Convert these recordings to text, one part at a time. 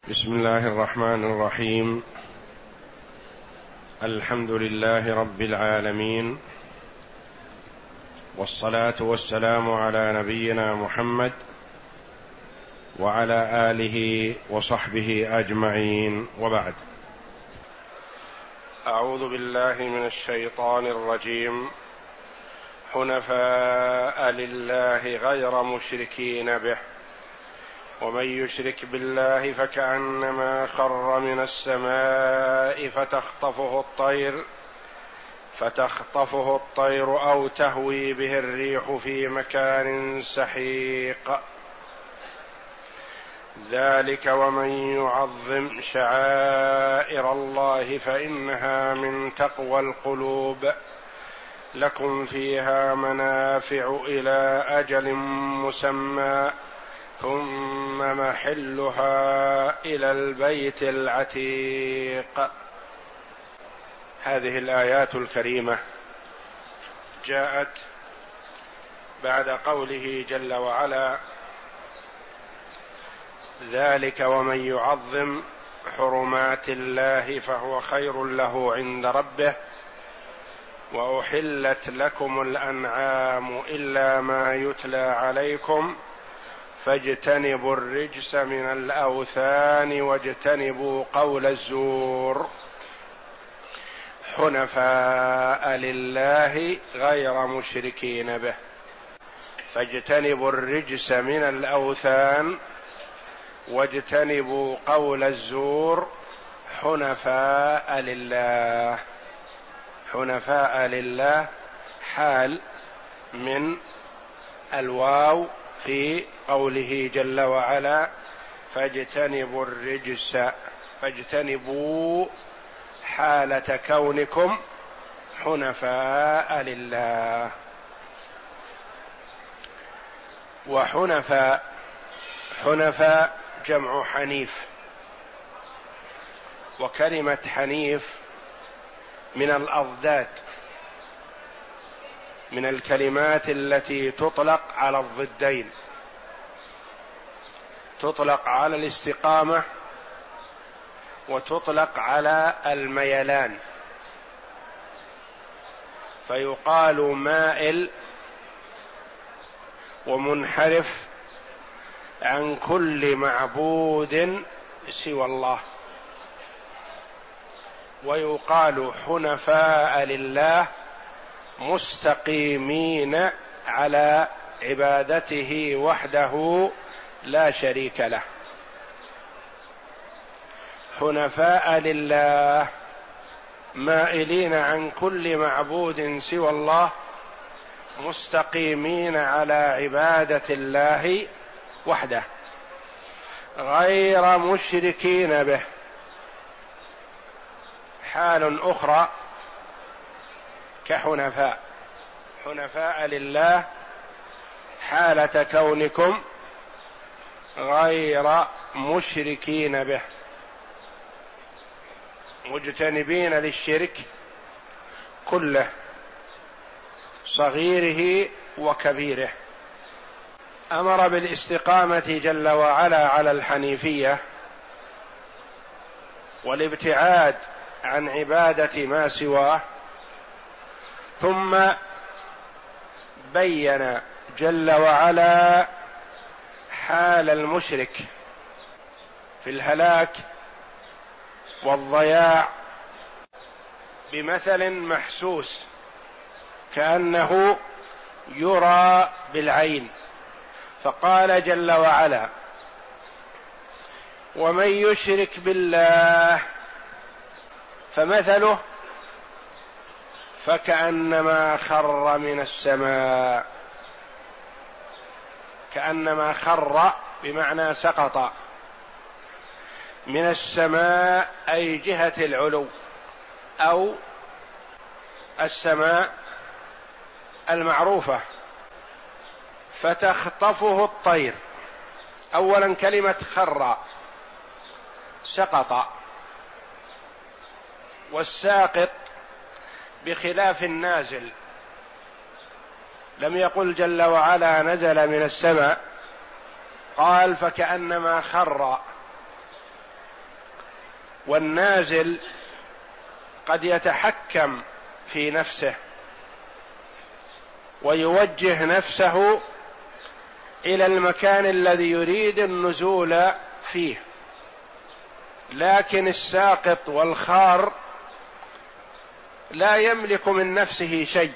بسم الله الرحمن الرحيم. الحمد لله رب العالمين، والصلاة والسلام على نبينا محمد وعلى آله وصحبه أجمعين، وبعد. أعوذ بالله من الشيطان الرجيم. حنفاء لله غير مشركين به، ومن يشرك بالله فكأنما خر من السماء فتخطفه الطير أو تهوي به الريح في مكان سحيق. ذلك ومن يعظم شعائر الله فإنها من تقوى القلوب. لكم فيها منافع إلى أجل مسمى، ثم محلها إلى البيت العتيق. هذه الآيات الكريمة جاءت بعد قوله جل وعلا: ذلك ومن يعظم حرمات الله فهو خير له عند ربه، وأحلت لكم الأنعام إلا ما يتلى عليكم فاجتنبوا الرجس من الأوثان واجتنبوا قول الزور. حنفاء لله غير مشركين به، فاجتنبوا الرجس من الأوثان واجتنبوا قول الزور. حنفاء لله، حنفاء لله حال من الواو في قوله جل وعلا: فاجتنبوا الرجس، فاجتنبوا حالة كونكم حنفاء لله. وحنفاء، حنفاء جمع حنيف، وكلمة حنيف من الأضداد، من الكلمات التي تطلق على الضدين، تطلق على الاستقامة وتطلق على الميلان، فيقال مائل ومنحرف عن كل معبود سوى الله، ويقال حنفاء لله مستقيمين على عبادته وحده لا شريك له. حنفاء لله مائلين عن كل معبود سوى الله، مستقيمين على عبادة الله وحده، غير مشركين به. حال أخرى كحنفاء، حنفاء لله حالة كونكم غير مشركين به، مجتنبين للشرك كله، صغيره وكبيره. أمر بالاستقامة جل وعلا على الحنيفية والابتعاد عن عبادة ما سواه، ثم بين جل وعلا حال المشرك في الهلاك والضياع بمثل محسوس كأنه يرى بالعين، فقال جل وعلا: ومن يشرك بالله فمثله فكأنما خر من السماء. كأنما خر بمعنى سقط من السماء، أي جهة العلو أو السماء المعروفة، فتخطفه الطير. أولا كلمة خر سقط، والساقط بخلاف النازل. لم يقل جل وعلا نزل من السماء، قال فكأنما خر، والنازل قد يتحكم في نفسه ويوجه نفسه إلى المكان الذي يريد النزول فيه، لكن الساقط والخار لا يملك من نفسه شيء،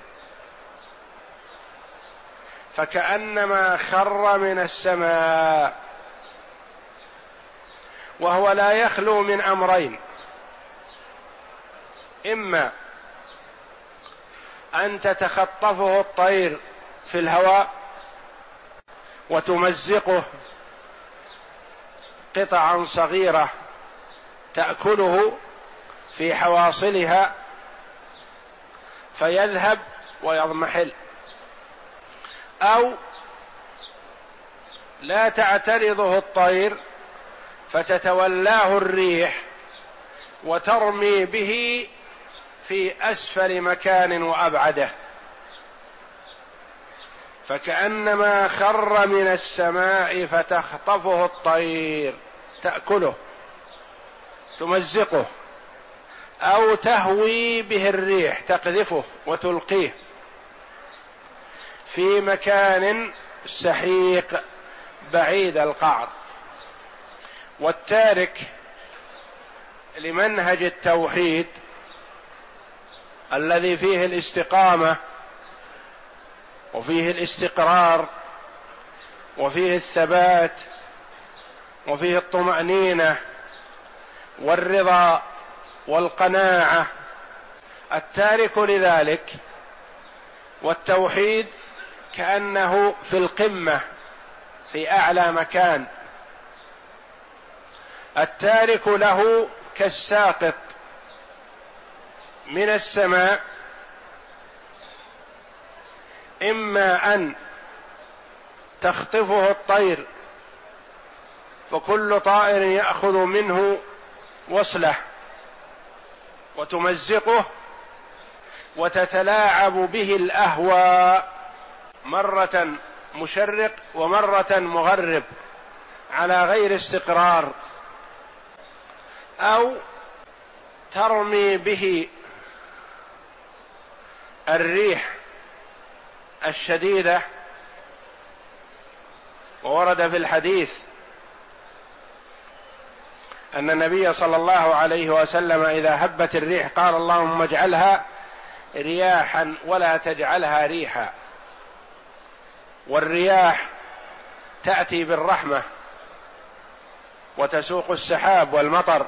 فكأنما خر من السماء، وهو لا يخلو من أمرين: إما أن تتخطفه الطير في الهواء وتمزقه قطعا صغيرة تأكله في حواصلها فيذهب ويضمحل، أو لا تعترضه الطير فتتولاه الريح وترمي به في أسفل مكان وأبعده، فكأنما خر من السماء فتخطفه الطير تأكله تمزقه، أو تهوي به الريح تقذفه وتلقيه في مكان سحيق بعيد القعر. والتارك لمنهج التوحيد الذي فيه الاستقامة وفيه الاستقرار وفيه الثبات وفيه الطمأنينة والرضا والقناعة، التارك لذلك والتوحيد كأنه في القمة في أعلى مكان، التارك له كالساقط من السماء، إما أن تخطفه الطير فكل طائر يأخذ منه وصله وتمزقه وتتلاعب به الأهواء، مرة مشرق ومرة مغرب على غير استقرار، أو ترمي به الريح الشديدة. وورد في الحديث أن النبي صلى الله عليه وسلم إذا هبت الريح قال: اللهم اجعلها رياحا ولا تجعلها ريحا. والرياح تأتي بالرحمة وتسوق السحاب والمطر،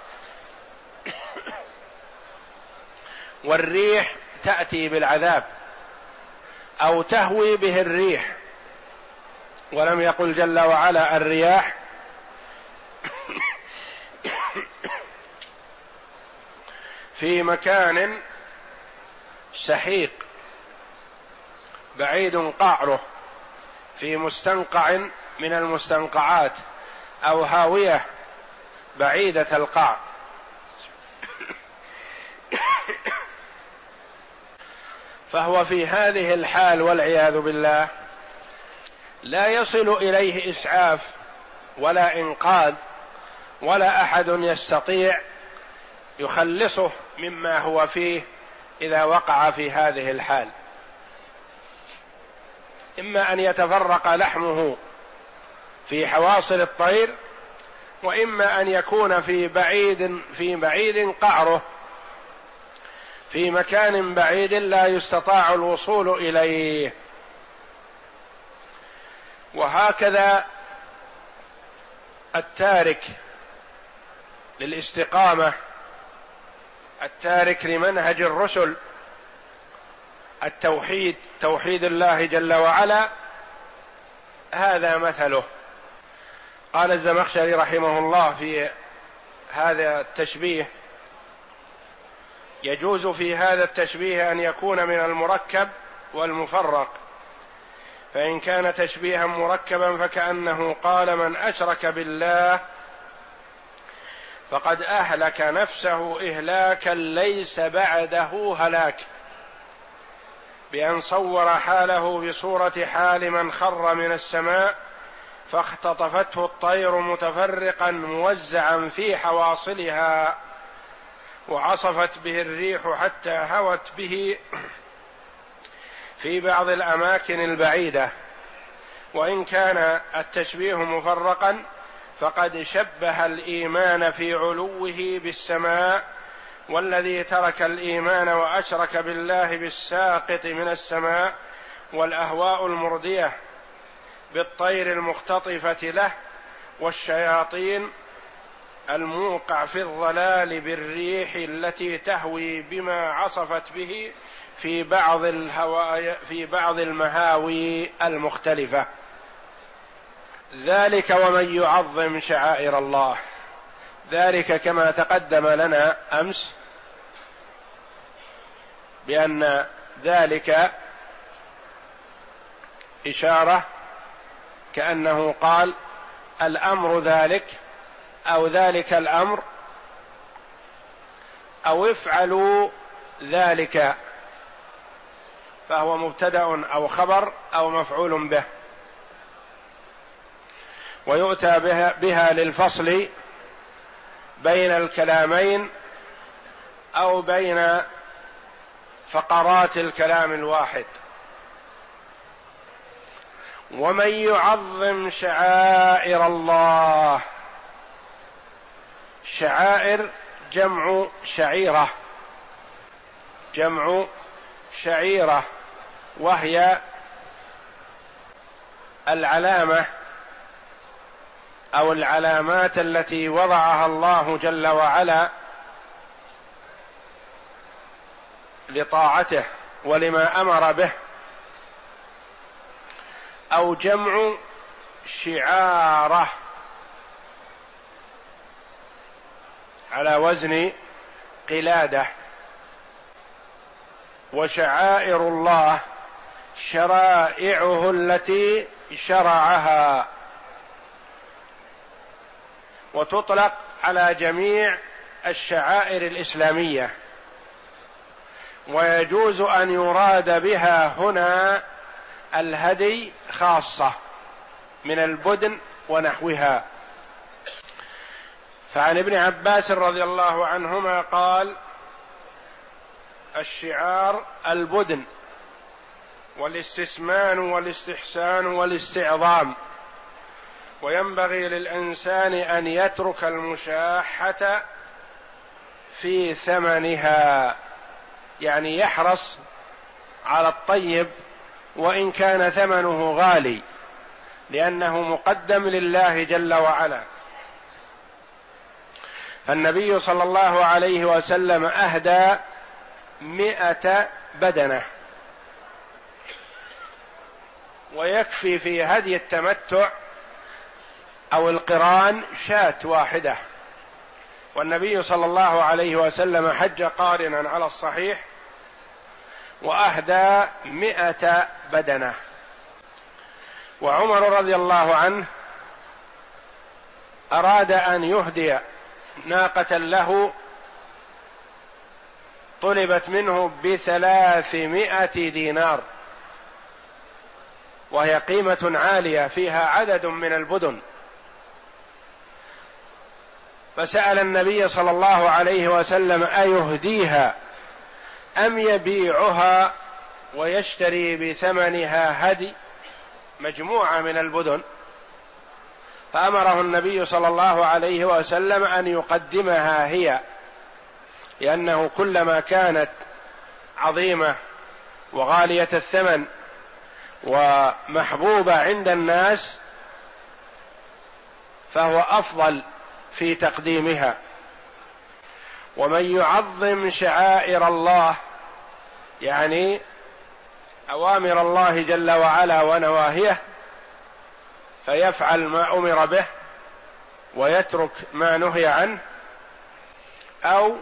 والريح تأتي بالعذاب أو تهوي به الريح. ولم يقل جل وعلا الرياح في مكان سحيق بعيد قعره، في مستنقع من المستنقعات، أو هاوية بعيدة القعر. فهو في هذه الحال والعياذ بالله لا يصل إليه إسعاف ولا إنقاذ، ولا أحد يستطيع يخلصه مما هو فيه إذا وقع في هذه الحال. إما أن يتفرق لحمه في حواصل الطير، وإما أن يكون في بعيد قعره، في مكان بعيد لا يستطاع الوصول إليه. وهكذا التارك للاستقامة، التارك لمنهج الرسل، التوحيد، توحيد الله جل وعلا، هذا مثله. قال الزمخشري رحمه الله في هذا التشبيه: يجوز في هذا التشبيه أن يكون من المركب والمفرق، فإن كان تشبيها مركبا فكأنه قال: من أشرك بالله فقد أهلك نفسه إهلاكا ليس بعده هلاك، بأن صور حاله بصورة حال من خر من السماء فاختطفته الطير متفرقا موزعا في حواصلها، وعصفت به الريح حتى هوت به في بعض الأماكن البعيدة. وإن كان التشبيه مفرقا فقد شبه الإيمان في علوه بالسماء، والذي ترك الإيمان وأشرك بالله بالساقط من السماء والأهواء المردية بالطير المختطفة له، والشياطين الموقع في الضلال بالريح التي تهوي بما عصفت به في بعض المهاوي المختلفة. ذلك ومن يعظم شعائر الله، ذلك كما تقدم لنا أمس بأن ذلك إشارة، كأنه قال الأمر ذلك أو ذلك الأمر أو افعلوا ذلك، فهو مبتدأ أو خبر أو مفعول به، ويؤتى بها للفصل بين الكلامين أو بين فقرات الكلام الواحد. ومن يعظم شعائر الله، شعائر جمع شعيرة، جمع شعيرة، وهي العلامة أو العلامات التي وضعها الله جل وعلا لطاعته ولما أمر به، أو جمع شعارة على وزن قلادة. وشعائر الله شرائعه التي شرعها، وتطلق على جميع الشعائر الإسلامية، ويجوز أن يراد بها هنا الهدي خاصة من البدن ونحوها. فعن ابن عباس رضي الله عنهما قال: الشعار البدن والاستسمان والاستحسان والاستعظام، وينبغي للإنسان أن يترك المشاحة في ثمنها، يعني يحرص على الطيب وإن كان ثمنه غالي، لأنه مقدم لله جل وعلا. فالنبي صلى الله عليه وسلم أهدى 100 بدنة، ويكفي في هدي التمتع أو القران شاة واحدة. والنبي صلى الله عليه وسلم حج قارنا على الصحيح وأهدى 100 بدنة. وعمر رضي الله عنه أراد أن يهدي ناقة له، طلبت منه ب300 دينار، وهي قيمة عالية فيها عدد من البدن. فسأل النبي صلى الله عليه وسلم أيهديها أم يبيعها ويشتري بثمنها هدي مجموعة من البدن؟ فأمره النبي صلى الله عليه وسلم أن يقدمها هي، لأنه كلما كانت عظيمة وغالية الثمن ومحبوبة عند الناس فهو أفضل في تقديمها. ومن يعظم شعائر الله، يعني أوامر الله جل وعلا ونواهيه، فيفعل ما أمر به ويترك ما نهي عنه، أو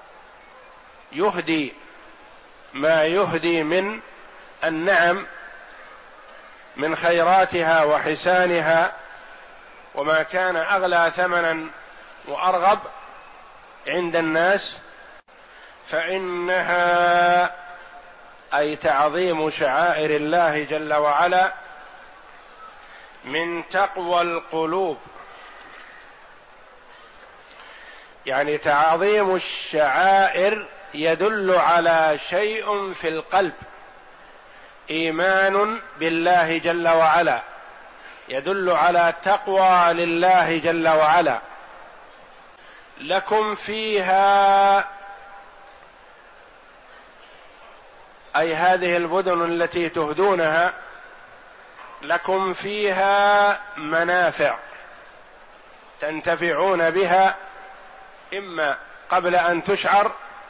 يهدي ما يهدي من النعم من خيراتها وحسانها، وما كان أغلى ثمنا وأرغب عند الناس، فإنها أي تعظيم شعائر الله جل وعلا من تقوى القلوب، يعني تعظيم الشعائر يدل على شيء في القلب، ايمان بالله جل وعلا، يدل على تقوى لله جل وعلا. لكم فيها، اي هذه المدن التي تهدونها، لكم فيها منافع تنتفعون بها، اما قبل ان تشعر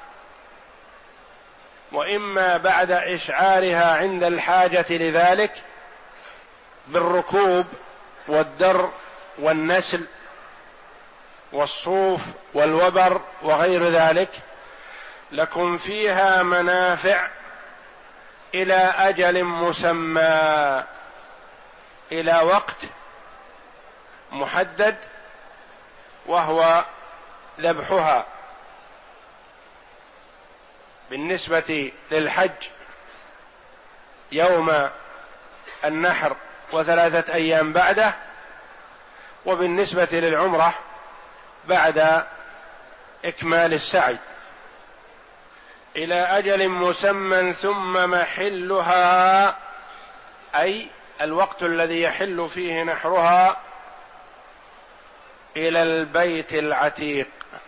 واما بعد اشعارها عند الحاجه لذلك، بالركوب والدر والنسل والصوف والوبر وغير ذلك. لكم فيها منافع الى اجل مسمى، الى وقت محدد وهو ذبحها. بالنسبة للحج يوم النحر وثلاثة أيام بعده، وبالنسبة للعمرة بعد إكمال السعي. إلى أجل مسمى ثم محلها، أي الوقت الذي يحل فيه نحرها، إلى البيت العتيق،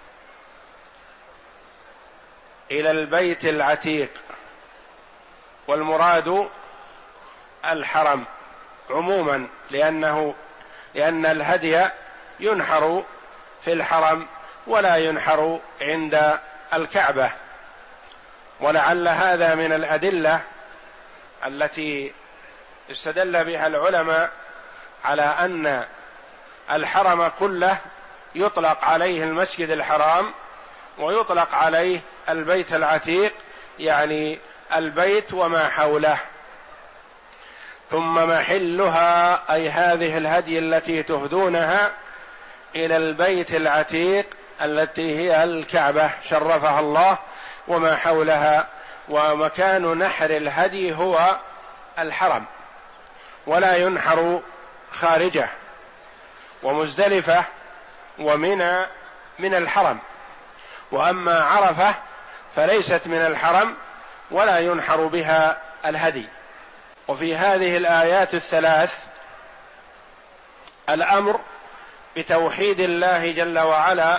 إلى البيت العتيق، والمراد الحرم عموما، لأن الهدي ينحر في الحرم ولا ينحر عند الكعبة. ولعل هذا من الأدلة التي استدل بها العلماء على أن الحرم كله يطلق عليه المسجد الحرام ويطلق عليه البيت العتيق، يعني البيت وما حوله. ثم محلها، أي هذه الهدي التي تهدونها، إلى البيت العتيق التي هي الكعبة شرفها الله وما حولها. ومكان نحر الهدي هو الحرم، ولا ينحر خارجه. ومزدلفة ومنى من الحرم، وأما عرفة فليست من الحرم ولا ينحر بها الهدي. وفي هذه الآيات الثلاث الأمر بتوحيد الله جل وعلا،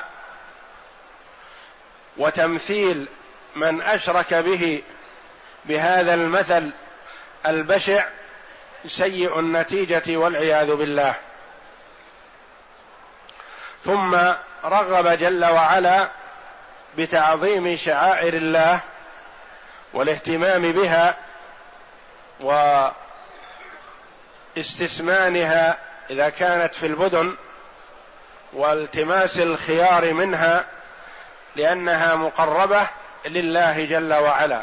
وتمثيل من أشرك به بهذا المثل البشع سيء النتيجة والعياذ بالله. ثم رغب جل وعلا بتعظيم شعائر الله والاهتمام بها واستسمانها إذا كانت في البدن، والتماس الخيار منها لأنها مقربة لله جل وعلا.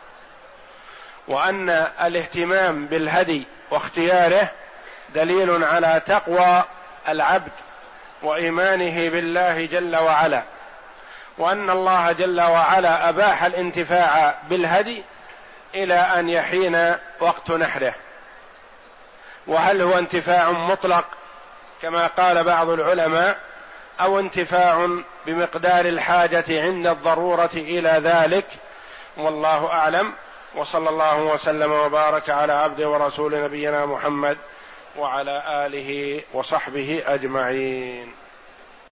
وأن الاهتمام بالهدي واختياره دليل على تقوى العبد وإيمانه بالله جل وعلا، وأن الله جل وعلا أباح الانتفاع بالهدي إلى أن يحين وقت نحره. وهل هو انتفاع مطلق كما قال بعض العلماء، أو انتفاع بمقدار الحاجة عند الضرورة إلى ذلك؟ والله أعلم. وصلى الله وسلم وبارك على عبد ورسول نبينا محمد وعلى آله وصحبه أجمعين.